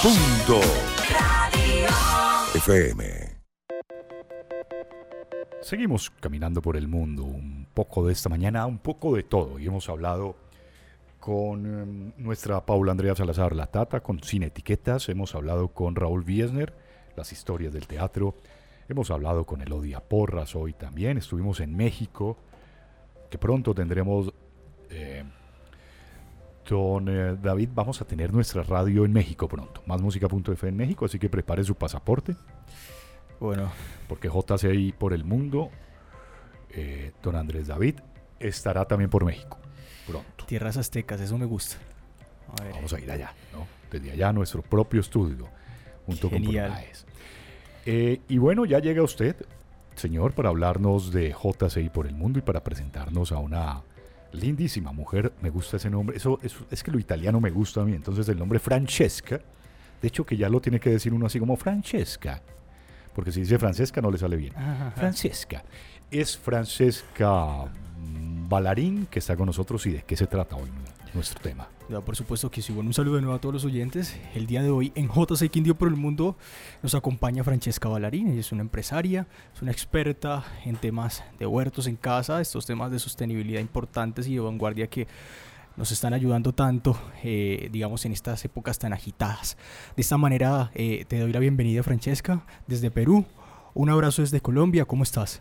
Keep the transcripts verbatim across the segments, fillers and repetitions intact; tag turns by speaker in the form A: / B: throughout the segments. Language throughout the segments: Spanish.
A: Punto F M.
B: Seguimos caminando por el mundo, un poco de esta mañana, un poco de todo. Y hemos hablado con um, nuestra Paula Andrea Salazar, la Tata, con Sin Etiquetas. Hemos hablado con Raúl Wiesner, las historias del teatro. Hemos hablado con Elodia Porras hoy también. Estuvimos en México, que pronto tendremos... Eh, Don eh, David, vamos a tener nuestra radio en México pronto. Más música punto f en México, así que prepare su pasaporte.
C: Bueno.
B: Porque J C I por el mundo, eh, don Andrés David, estará también por México pronto.
C: Tierras aztecas, eso me gusta.
B: A ver. Vamos a ir allá, ¿no? Desde allá nuestro propio estudio, junto
C: Genial.
B: con Pronaes. Eh, y bueno, ya llega usted, señor, para hablarnos de J C I por el mundo y para presentarnos a una... lindísima mujer, me gusta ese nombre. Eso, eso es que lo italiano me gusta a mí. Entonces el nombre Francesca, de hecho que ya lo tiene que decir uno así como Francesca, porque si dice Francesca no le sale bien.
C: Ajá.
B: Francesca. Es Francesca Ballarín que está con nosotros. ¿Y de qué se trata hoy nuestro tema?
C: Ya, por supuesto que sí. Bueno, un saludo de nuevo a todos los oyentes. El día de hoy en J C Quindío por el mundo nos acompaña Francesca Ballarín. Ella es una empresaria, es una experta en temas de huertos en casa, estos temas de sostenibilidad importantes y de vanguardia que nos están ayudando tanto, eh, digamos, en estas épocas tan agitadas. De esta manera eh, te doy la bienvenida, Francesca, desde Perú. Un abrazo desde Colombia. ¿Cómo estás?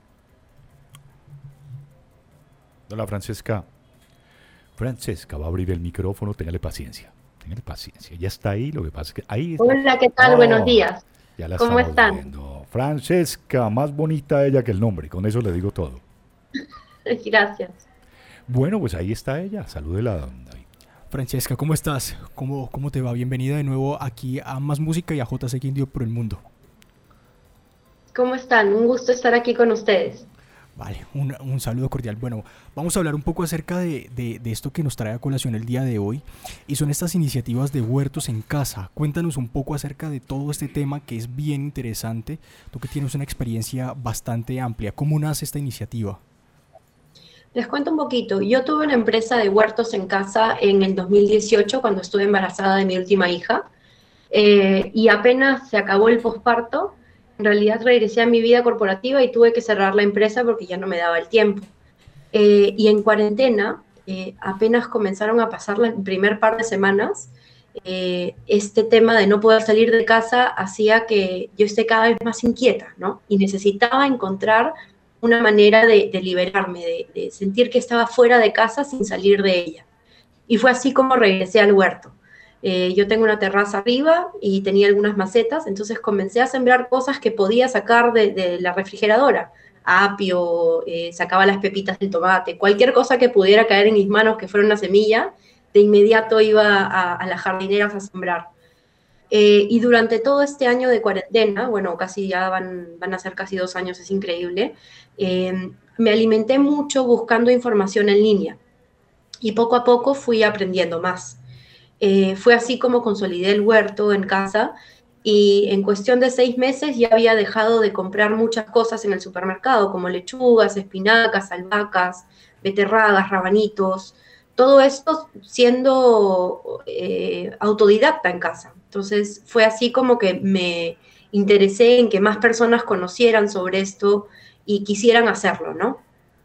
B: Hola, Francesca. Francesca va a abrir el micrófono, téngale paciencia. Téngale paciencia. Ya está ahí, lo que pasa es que ahí está.
D: Hola, ¿qué tal?
B: Oh,
D: Buenos días.
B: Ya la
D: ¿Cómo están?
B: Viendo. Francesca, más bonita ella que el nombre, con eso le digo todo.
D: Gracias.
B: Bueno, pues ahí está ella. Salúdela, don David.
C: Francesca, ¿cómo estás? ¿Cómo, cómo te va? Bienvenida de nuevo aquí a Más Música y a J C Quindío por el mundo.
D: ¿Cómo están? Un gusto estar aquí con ustedes.
C: Vale, un, un saludo cordial. Bueno, vamos a hablar un poco acerca de, de, de esto que nos trae a colación el día de hoy y son estas iniciativas de huertos en casa. Cuéntanos un poco acerca de todo este tema que es bien interesante. Tú que tienes una experiencia bastante amplia, ¿cómo nace esta iniciativa?
D: Les cuento un poquito. Yo tuve una empresa de huertos en casa en el dos mil dieciocho cuando estuve embarazada de mi última hija eh, y apenas se acabó el posparto. En realidad regresé a mi vida corporativa y tuve que cerrar la empresa porque ya no me daba el tiempo. Eh, y en cuarentena, eh, apenas comenzaron a pasar el primer par de semanas, eh, este tema de no poder salir de casa hacía que yo esté cada vez más inquieta, ¿no? Y necesitaba encontrar una manera de, de liberarme, de, de sentir que estaba fuera de casa sin salir de ella. Y fue así como regresé al huerto. Eh, yo tengo una terraza arriba y tenía algunas macetas, entonces comencé a sembrar cosas que podía sacar de, de la refrigeradora. Apio, eh, sacaba las pepitas del tomate, cualquier cosa que pudiera caer en mis manos que fuera una semilla, de inmediato iba a, a las jardineras a sembrar. Eh, y durante todo este año de cuarentena, bueno, casi ya van, van a ser casi dos años, es increíble, eh, me alimenté mucho buscando información en línea y poco a poco fui aprendiendo más. Eh, fue así como consolidé el huerto en casa y en cuestión de seis meses ya había dejado de comprar muchas cosas en el supermercado, como lechugas, espinacas, albahacas, beterragas, rabanitos, todo esto siendo eh, autodidacta en casa. Entonces fue así como que me interesé en que más personas conocieran sobre esto y quisieran hacerlo, ¿no?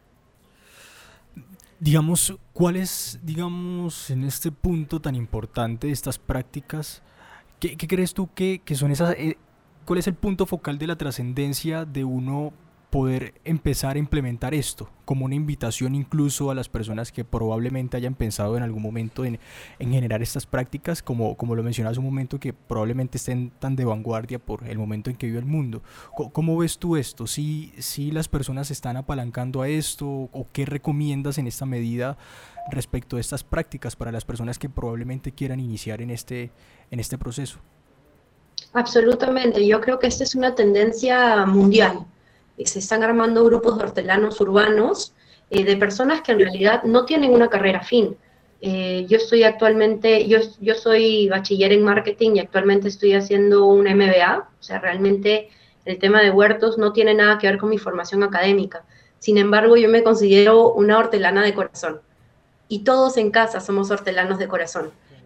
C: Digamos, ¿cuál es, digamos, en este punto tan importante de estas prácticas? ¿Qué, qué crees tú que, que son esas? Eh, ¿Cuál es el punto focal de la trascendencia de uno poder empezar a implementar esto? Como una invitación incluso a las personas que probablemente hayan pensado en algún momento en, en generar estas prácticas, como, como lo mencionabas un momento, que probablemente estén tan de vanguardia por el momento en que vive el mundo. ¿Cómo, cómo ves tú esto? ¿Sí, sí las personas se están apalancando a esto? ¿O qué recomiendas en esta medida respecto a estas prácticas para las personas que probablemente quieran iniciar en este, en este proceso?
D: Absolutamente, yo creo que esta es una tendencia mundial. Se están armando grupos de hortelanos urbanos, eh, de personas que en realidad no tienen una carrera afín. Eh, yo estoy actualmente, yo, yo soy bachiller en marketing y actualmente estoy haciendo un M B A, o sea, realmente el tema de huertos no tiene nada que ver con mi formación académica. Sin embargo, yo me considero una hortelana de corazón y todos en casa somos hortelanos de corazón.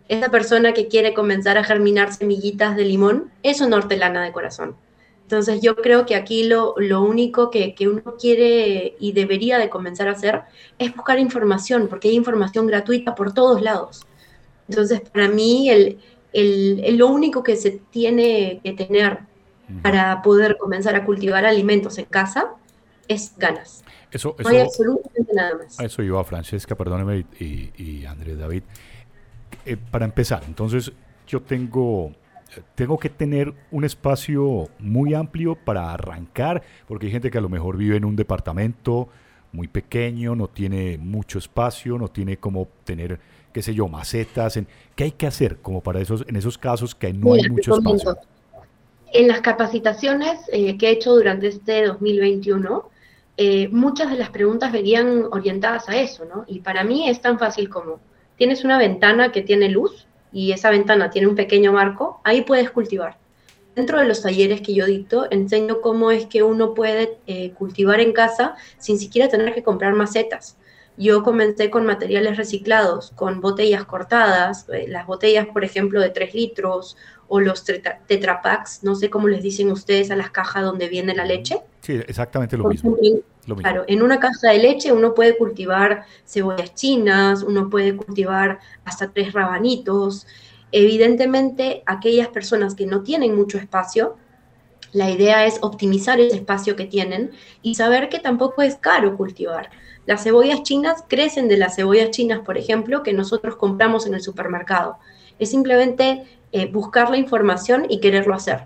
D: Esa persona que quiere comenzar a germinar semillitas de limón es una hortelana de corazón. Entonces yo creo que aquí lo, lo único que, que uno quiere y debería de comenzar a hacer es buscar información, porque hay información gratuita por todos lados. Entonces para mí el, el, el lo único que se tiene que tener para poder comenzar a cultivar alimentos en casa es ganas.
B: Eso,
D: no hay
B: eso,
D: absolutamente nada más.
B: a eso iba Francesca, perdóneme, y, y Andrés David. Eh, para empezar, entonces yo tengo, tengo que tener un espacio muy amplio para arrancar, porque hay gente que a lo mejor vive en un departamento muy pequeño, no tiene mucho espacio, no tiene como tener, qué sé yo, macetas. En, ¿qué hay que hacer como para esos, en esos casos que no
D: Mira,
B: hay mucho espacio?
D: En las capacitaciones eh, que he hecho durante este dos mil veintiuno, eh, muchas de las preguntas venían orientadas a eso, ¿no? Y para mí es tan fácil como, tienes una ventana que tiene luz y esa ventana tiene un pequeño marco, ahí puedes cultivar. Dentro de los talleres que yo dicto, enseño cómo es que uno puede eh, cultivar en casa sin siquiera tener que comprar macetas. Yo comencé con materiales reciclados, con botellas cortadas, eh, las botellas, por ejemplo, de tres litros, o los tetra, tetra packs, no sé cómo les dicen ustedes a las cajas donde viene la leche.
B: Sí, exactamente lo
D: Por
B: mismo.
D: ejemplo,
B: Lo mismo.
D: Claro, en una caja de leche uno puede cultivar cebollas chinas, uno puede cultivar hasta tres rabanitos. Evidentemente, aquellas personas que no tienen mucho espacio, la idea es optimizar ese espacio que tienen y saber que tampoco es caro cultivar. Las cebollas chinas crecen de las cebollas chinas, por ejemplo, que nosotros compramos en el supermercado. Es simplemente eh, buscar la información y quererlo hacer.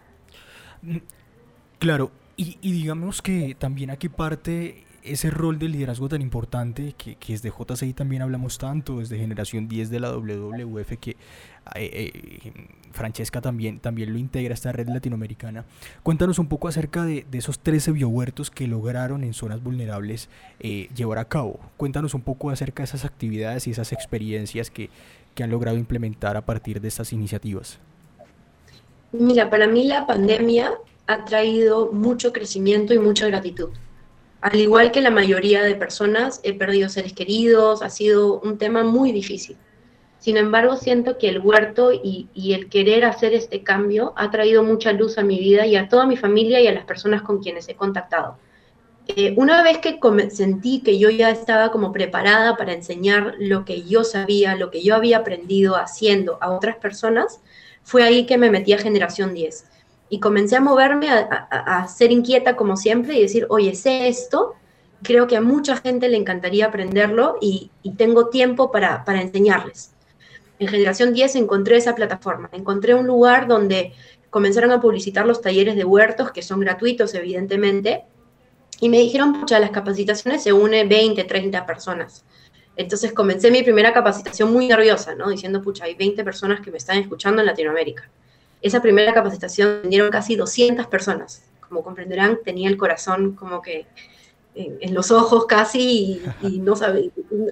C: Claro, y, y digamos que también aquí parte ese rol de liderazgo tan importante que, que desde J C I también hablamos tanto, desde Generación diez de la W W F, que eh, eh, Francesca también, también lo integra esta red latinoamericana. Cuéntanos un poco acerca de, de esos trece biohuertos que lograron en zonas vulnerables eh, llevar a cabo. Cuéntanos un poco acerca de esas actividades y esas experiencias que, que han logrado implementar a partir de estas iniciativas.
D: Mira, para mí la pandemia ha traído mucho crecimiento y mucha gratitud. Al igual que la mayoría de personas, he perdido seres queridos, ha sido un tema muy difícil. Sin embargo, siento que el huerto y, y el querer hacer este cambio ha traído mucha luz a mi vida y a toda mi familia y a las personas con quienes he contactado. Eh, una vez que sentí que yo ya estaba como preparada para enseñar lo que yo sabía, lo que yo había aprendido haciendo a otras personas, fue ahí que me metí a Generación diez. Y comencé a moverme, a, a, a ser inquieta como siempre y decir, oye, sé esto, creo que a mucha gente le encantaría aprenderlo y, y tengo tiempo para, para enseñarles. En Generación diez encontré esa plataforma, encontré un lugar donde comenzaron a publicitar los talleres de huertos, que son gratuitos evidentemente, y me dijeron, pucha, las capacitaciones se une veinte, treinta personas. Entonces comencé mi primera capacitación muy nerviosa, ¿no? Diciendo, pucha, hay veinte personas que me están escuchando en Latinoamérica. Esa primera capacitación vinieron casi doscientas personas. Como comprenderán, tenía el corazón como que en, en los ojos casi y, y no sabía.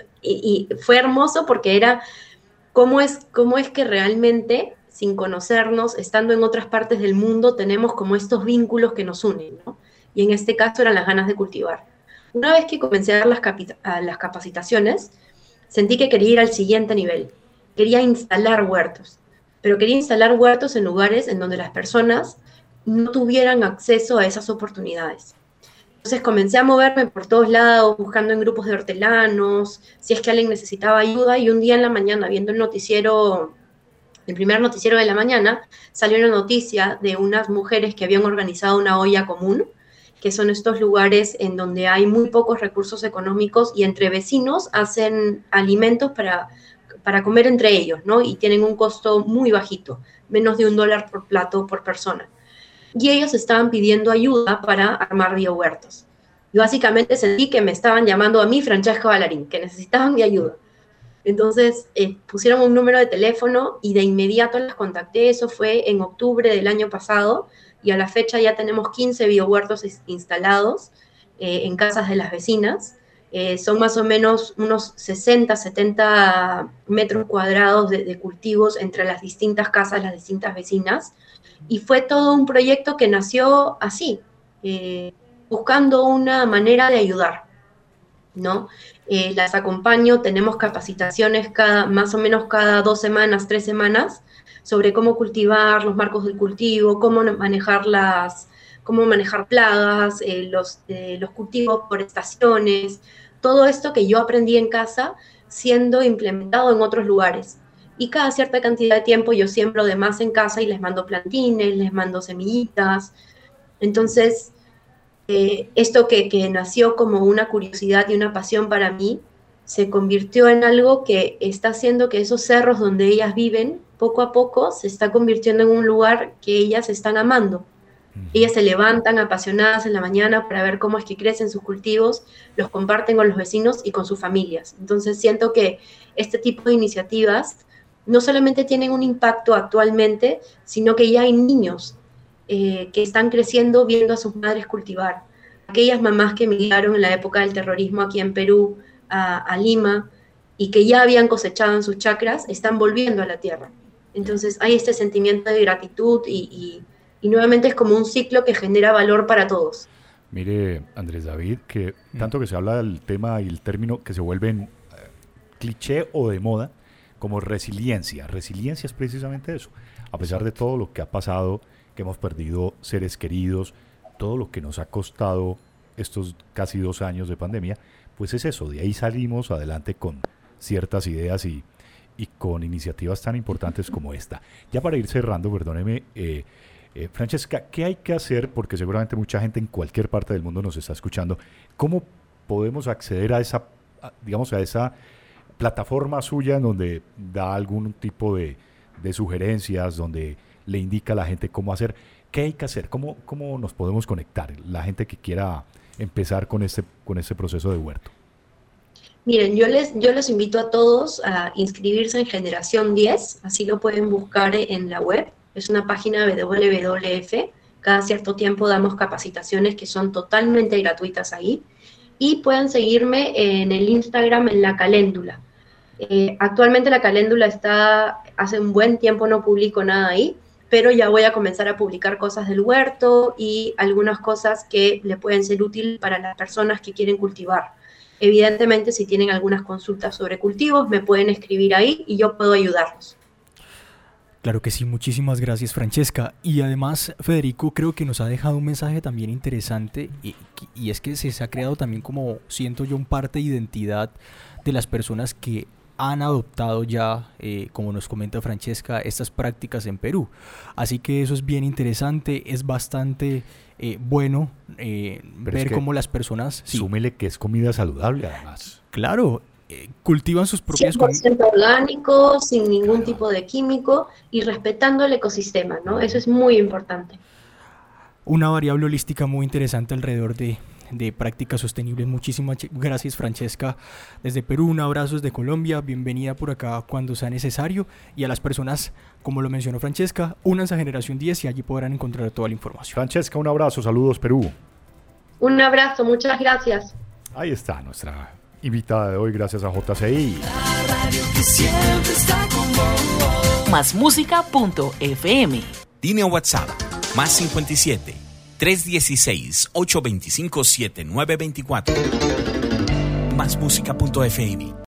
D: Y, y fue hermoso porque era cómo es, cómo es que realmente, sin conocernos, estando en otras partes del mundo, tenemos como estos vínculos que nos unen, ¿no? Y en este caso eran las ganas de cultivar. Una vez que comencé a dar las, a las capacitaciones, sentí que quería ir al siguiente nivel. Quería instalar huertos, pero quería instalar huertos en lugares en donde las personas no tuvieran acceso a esas oportunidades. Entonces comencé a moverme por todos lados, buscando en grupos de hortelanos, si es que alguien necesitaba ayuda, y un día en la mañana, viendo el noticiero, el primer noticiero de la mañana, salió una noticia de unas mujeres que habían organizado una olla común, que son estos lugares en donde hay muy pocos recursos económicos y entre vecinos hacen alimentos para, para comer entre ellos, ¿no? Y tienen un costo muy bajito, menos de un dólar por plato por persona. Y ellos estaban pidiendo ayuda para armar biohuertos. Y básicamente sentí que me estaban llamando a mí, Francesca Ballarín, que necesitaban mi ayuda. Entonces eh, pusieron un número de teléfono y de inmediato las contacté. Eso fue en octubre del año pasado y a la fecha ya tenemos quince biohuertos instalados eh, en casas de las vecinas. Eh, son más o menos unos sesenta, setenta metros cuadrados de, de cultivos entre las distintas casas, las distintas vecinas. Y fue todo un proyecto que nació así, eh, buscando una manera de ayudar. ¿no? Eh, las acompaño, tenemos capacitaciones cada, más o menos cada dos semanas, tres semanas, sobre cómo cultivar, los marcos del cultivo, cómo manejar las, cómo manejar plagas, eh, los, eh, los cultivos por estaciones, todo esto que yo aprendí en casa siendo implementado en otros lugares. Y cada cierta cantidad de tiempo yo siembro de más en casa y les mando plantines, les mando semillitas. Entonces, eh, esto que, que nació como una curiosidad y una pasión para mí, se convirtió en algo que está haciendo que esos cerros donde ellas viven, poco a poco se está convirtiendo en un lugar que ellas están amando. Ellas se levantan apasionadas en la mañana para ver cómo es que crecen sus cultivos, los comparten con los vecinos y con sus familias. Entonces siento que este tipo de iniciativas no solamente tienen un impacto actualmente, sino que ya hay niños eh, que están creciendo viendo a sus madres cultivar. Aquellas mamás que emigraron en la época del terrorismo aquí en Perú, a, a Lima, y que ya habían cosechado en sus chacras, están volviendo a la tierra. Entonces hay este sentimiento de gratitud y, y Y nuevamente es como un ciclo que genera valor para todos.
B: Mire, Andrés David, que tanto que se habla del tema y el término que se vuelven eh, cliché o de moda, como resiliencia. Resiliencia es precisamente eso. A pesar de todo lo que ha pasado, que hemos perdido seres queridos, todo lo que nos ha costado estos casi dos años de pandemia, pues es eso. De ahí salimos adelante con ciertas ideas y, y con iniciativas tan importantes como esta. Ya para ir cerrando, perdóneme, eh, Eh, Francesca, ¿qué hay que hacer? Porque seguramente mucha gente en cualquier parte del mundo nos está escuchando. ¿Cómo podemos acceder a esa, a, digamos, a esa plataforma suya en donde da algún tipo de, de sugerencias, donde le indica a la gente cómo hacer? ¿Qué hay que hacer? ¿Cómo, cómo nos podemos conectar? La gente que quiera empezar con este, con este proceso de huerto.
D: Miren, yo les, yo les invito a todos a inscribirse en Generación diez, así lo pueden buscar en la web. Es una página W W F, cada cierto tiempo damos capacitaciones que son totalmente gratuitas ahí, y pueden seguirme en el Instagram en La Caléndula. Eh, actualmente La Caléndula está, hace un buen tiempo no publico nada ahí, pero ya voy a comenzar a publicar cosas del huerto y algunas cosas que le pueden ser útiles para las personas que quieren cultivar. Evidentemente, si tienen algunas consultas sobre cultivos, me pueden escribir ahí y yo puedo ayudarlos.
C: Claro que sí, muchísimas gracias, Francesca. Y además, Federico creo que nos ha dejado un mensaje también interesante y, y es que se, se ha creado también, como siento yo, un parte de identidad de las personas que han adoptado ya, eh, como nos comenta Francesca, estas prácticas en Perú. Así que eso es bien interesante, es bastante eh, bueno eh, ver
B: es que
C: cómo las personas... Sí.
B: Súmele que es comida saludable además.
C: Claro, eh, cultivan sus propias...
D: cien por ciento orgánico, sin ningún
B: Claro.
D: tipo de químico y respetando el ecosistema, ¿no? Eso es muy importante.
C: Una variable holística muy interesante alrededor de, de prácticas sostenibles. Muchísimas gracias, Francesca, desde Perú. Un abrazo desde Colombia, bienvenida por acá cuando sea necesario, y a las personas, como lo mencionó Francesca, únanse a Generación diez y allí podrán encontrar toda la información.
B: Francesca, un abrazo, saludos Perú.
D: Un abrazo, muchas gracias.
B: Ahí está nuestra invitada de hoy, gracias a J C I.
A: Más música punto f m.
E: Línea WhatsApp, más cincuenta y siete, trescientos dieciséis, ochocientos veinticinco, setenta y nueve veinticuatro. más música punto f m.